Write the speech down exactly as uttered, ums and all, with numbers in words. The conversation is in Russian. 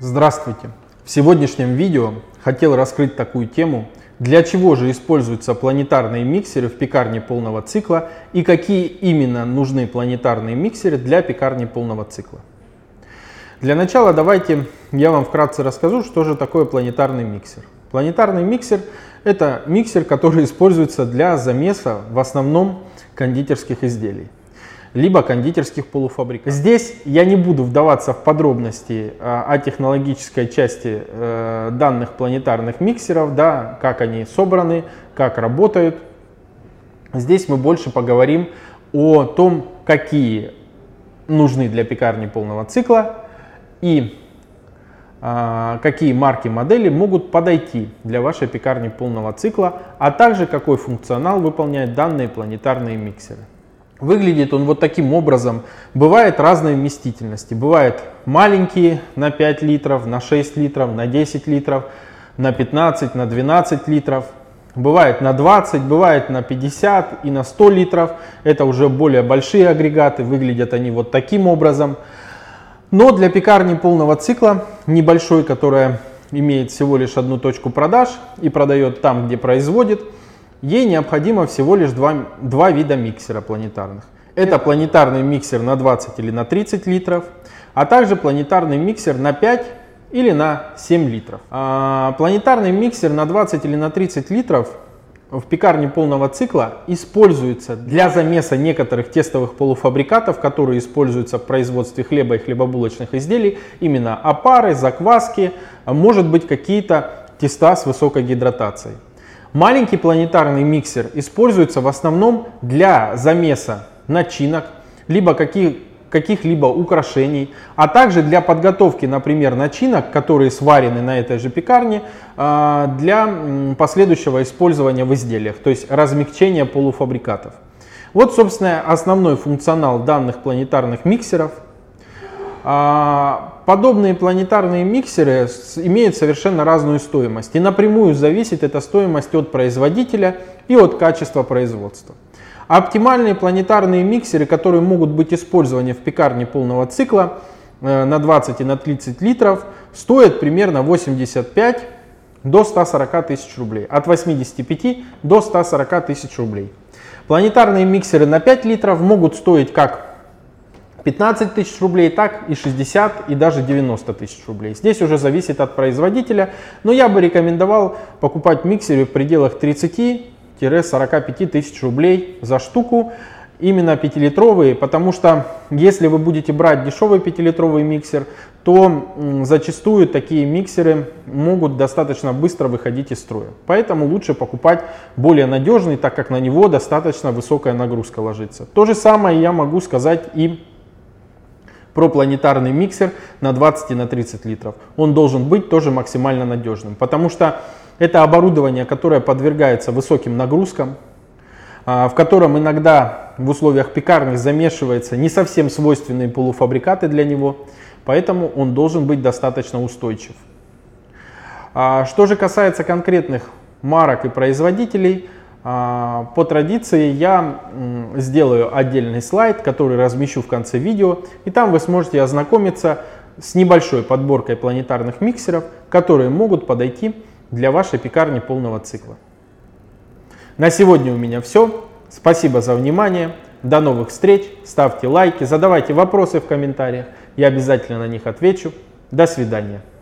Здравствуйте! В сегодняшнем видео хотел раскрыть такую тему, для чего же используются планетарные миксеры в пекарне полного цикла и какие именно нужны планетарные миксеры для пекарни полного цикла. Для начала давайте я вам вкратце расскажу, что же такое планетарный миксер. Планетарный миксер – это миксер, который используется для замеса в основном кондитерских изделий, либо кондитерских полуфабрикатов. Здесь я не буду вдаваться в подробности а, о технологической части э, данных планетарных миксеров, да, как они собраны, как работают. Здесь мы больше поговорим о том, какие нужны для пекарни полного цикла и а, какие марки модели могут подойти для вашей пекарни полного цикла, а также какой функционал выполняют данные планетарные миксеры. Выглядит он вот таким образом. Бывает разной вместительности. Бывает маленькие на пять литров, на шесть литров, на десять литров, на пятнадцать, на двенадцать литров. Бывает на двадцать, бывает на пятьдесят и на сто литров. Это уже более большие агрегаты. Выглядят они вот таким образом. Но для пекарни полного цикла, небольшой, которая имеет всего лишь одну точку продаж и продает там, где производит, ей необходимо всего лишь два, два вида миксера планетарных. Это планетарный миксер на двадцать или на тридцать литров, а также планетарный миксер на пять или на семь литров. А планетарный миксер на двадцать или на тридцать литров в пекарне полного цикла используется для замеса некоторых тестовых полуфабрикатов, которые используются в производстве хлеба и хлебобулочных изделий, именно опары, закваски, может быть какие-то теста с высокой гидратацией. Маленький планетарный миксер используется в основном для замеса начинок, либо каких, каких-либо украшений, а также для подготовки, например, начинок, которые сварены на этой же пекарне, для последующего использования в изделиях, то есть размягчения полуфабрикатов. Вот, собственно, основной функционал данных планетарных миксеров. Подобные планетарные миксеры имеют совершенно разную стоимость, и напрямую зависит эта стоимость от производителя и от качества производства. Оптимальные планетарные миксеры, которые могут быть использованы в пекарне полного цикла на двадцать и на тридцать литров, стоят примерно восемьдесят пять до ста сорока тысяч рублей, от восьмидесяти пяти до ста сорока тысяч рублей. Планетарные миксеры на пять литров могут стоить как пятнадцать тысяч рублей, так и шестьдесят и даже девяносто тысяч рублей. Здесь уже зависит от производителя, но я бы рекомендовал покупать миксеры в пределах тридцати — сорока пяти тысяч рублей за штуку, именно пятилитровые, потому что если вы будете брать дешевый пятилитровый миксер, то зачастую такие миксеры могут достаточно быстро выходить из строя. Поэтому лучше покупать более надежный, так как на него достаточно высокая нагрузка ложится. То же самое я могу сказать и про планетарный миксер на двадцать и на тридцать литров. Он должен быть тоже максимально надежным, потому что это оборудование, которое подвергается высоким нагрузкам, в котором иногда в условиях пекарни замешиваются не совсем свойственные полуфабрикаты для него, поэтому он должен быть достаточно устойчив. Что же касается конкретных марок и производителей, по традиции я сделаю отдельный слайд, который размещу в конце видео, и там вы сможете ознакомиться с небольшой подборкой планетарных миксеров, которые могут подойти для вашей пекарни полного цикла. На сегодня у меня все. Спасибо за внимание. До новых встреч. Ставьте лайки, задавайте вопросы в комментариях. Я обязательно на них отвечу. До свидания.